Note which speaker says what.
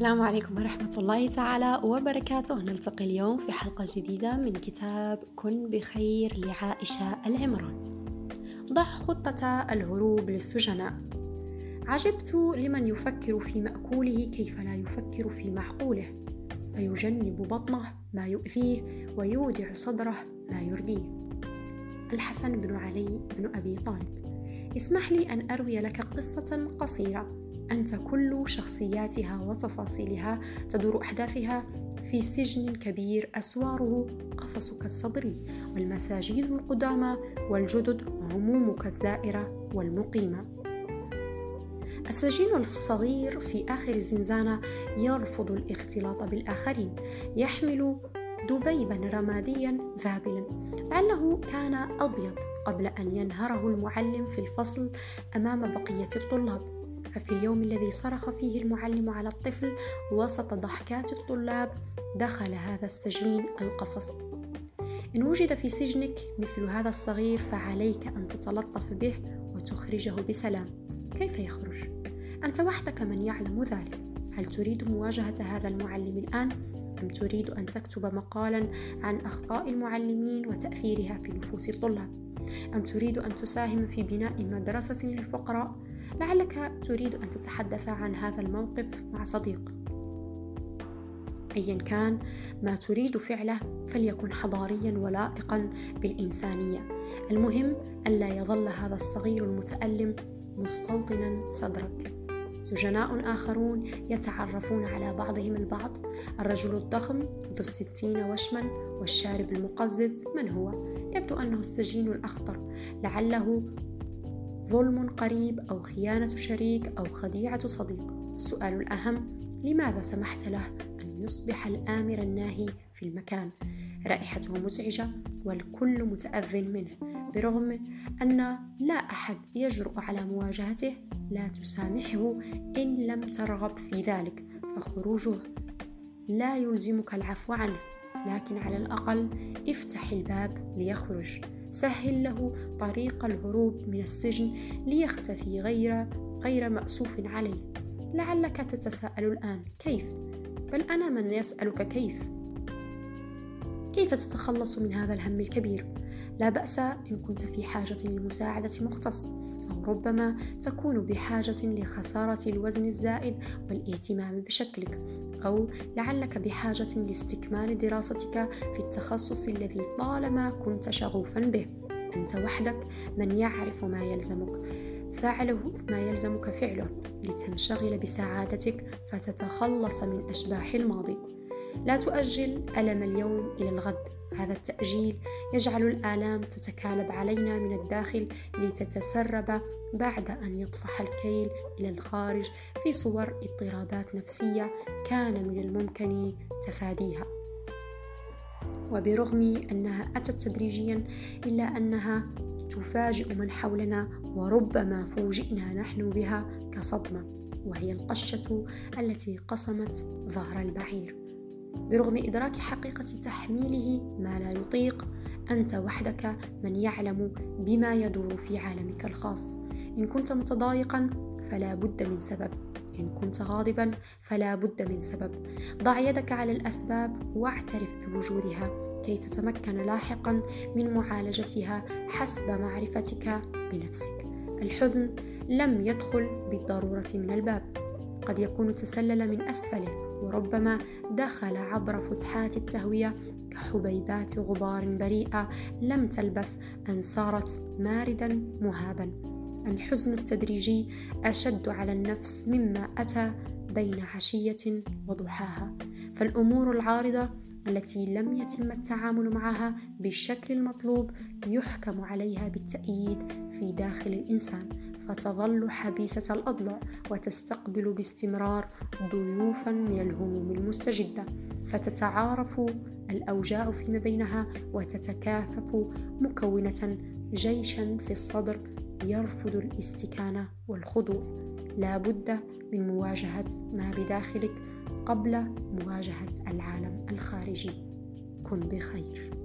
Speaker 1: السلام عليكم ورحمة الله تعالى وبركاته. نلتقي اليوم في حلقة جديدة من كتاب كن بخير لعائشة العمران. ضع خطة الهروب للسجناء. عجبت لمن يفكر في مأكوله كيف لا يفكر في معقوله، فيجنب بطنه ما يؤذيه ويودع صدره ما يرديه. الحسن بن علي بن أبي طالب. اسمح لي أن أروي لك قصة قصيرة أنت كل شخصياتها وتفاصيلها تدور أحداثها في سجن كبير أسواره قفصك الصدري، والمساجد القدامى والجدد وهمومك الزائرة والمقيمة. السجين الصغير في آخر الزنزانة يرفض الاختلاط بالآخرين، يحمل دبيبا رماديا ذابلا لعله كان أبيض قبل أن ينهره المعلم في الفصل أمام بقية الطلاب. ففي اليوم الذي صرخ فيه المعلم على الطفل وسط ضحكات الطلاب دخل هذا السجين القفص. إن وجد في سجنك مثل هذا الصغير فعليك أن تتلطف به وتخرجه بسلام. كيف يخرج؟ أنت وحدك من يعلم ذلك. هل تريد مواجهة هذا المعلم الآن؟ أم تريد أن تكتب مقالا عن أخطاء المعلمين وتأثيرها في نفوس الطلاب؟ أم تريد أن تساهم في بناء مدرسة للفقراء؟ لعلك تريد أن تتحدث عن هذا الموقف مع صديق. أيا كان ما تريد فعله فليكن حضاريا ولائقا بالإنسانية. المهم ألا يظل هذا الصغير المتألم مستوطنا صدرك. سجناء آخرون يتعرفون على بعضهم البعض. الرجل الضخم ذو 60 وشما والشارب المقزز من هو؟ يبدو أنه السجين الأخطر، لعله ظلم قريب أو خيانة شريك أو خديعة صديق. السؤال الأهم: لماذا سمحت له أن يصبح الآمر الناهي في المكان؟ رائحته مزعجة والكل متأذٍ منه، برغم أن لا أحد يجرؤ على مواجهته. لا تسامحه إن لم ترغب في ذلك، فخروجه لا يلزمك العفو عنه، لكن على الأقل افتح الباب ليخرج. سهل له طريق الهروب من السجن ليختفي غير مأسوف عليه. لعلك تتساءل الآن: كيف؟ بل أنا من يسألك كيف تتخلص من هذا الهم الكبير؟ لا بأس إن كنت في حاجة لمساعدة مختص، أو ربما تكون بحاجة لخسارة الوزن الزائد والاهتمام بشكلك، أو لعلك بحاجة لاستكمال دراستك في التخصص الذي طالما كنت شغوفا به. أنت وحدك من يعرف ما يلزمك فعله لتنشغل بسعادتك فتتخلص من أشباح الماضي. لا تؤجل ألم اليوم إلى الغد. هذا التأجيل يجعل الآلام تتكالب علينا من الداخل لتتسرب بعد أن يطفح الكيل إلى الخارج في صور اضطرابات نفسية كان من الممكن تفاديها. وبرغم أنها أتت تدريجيا إلا أنها تفاجئ من حولنا، وربما فوجئنا نحن بها كصدمة، وهي القشة التي قصمت ظهر البعير. برغم إدراك حقيقة تحميله ما لا يطيق، أنت وحدك من يعلم بما يدور في عالمك الخاص. إن كنت متضايقا فلا بد من سبب، إن كنت غاضبا فلا بد من سبب. ضع يدك على الأسباب واعترف بوجودها كي تتمكن لاحقا من معالجتها حسب معرفتك بنفسك. الحزن لم يدخل بالضرورة من الباب، قد يكون تسلل من أسفله، وربما دخل عبر فتحات التهوية كحبيبات غبار بريئة لم تلبث أن صارت ماردا مهابا. الحزن التدريجي أشد على النفس مما أتى بين عشية وضحاها، فالأمور العارضة التي لم يتم التعامل معها بالشكل المطلوب يحكم عليها بالتأييد في داخل الإنسان، فتظل حبيسة الأضلع وتستقبل باستمرار ضيوفا من الهموم المستجدة، فتتعارف الأوجاع فيما بينها وتتكاثف مكونة جيشا في الصدر يرفض الاستكانة والخضوع. لا بد من مواجهة ما بداخلك قبل مواجهة العالم الخارجي. كن بخير.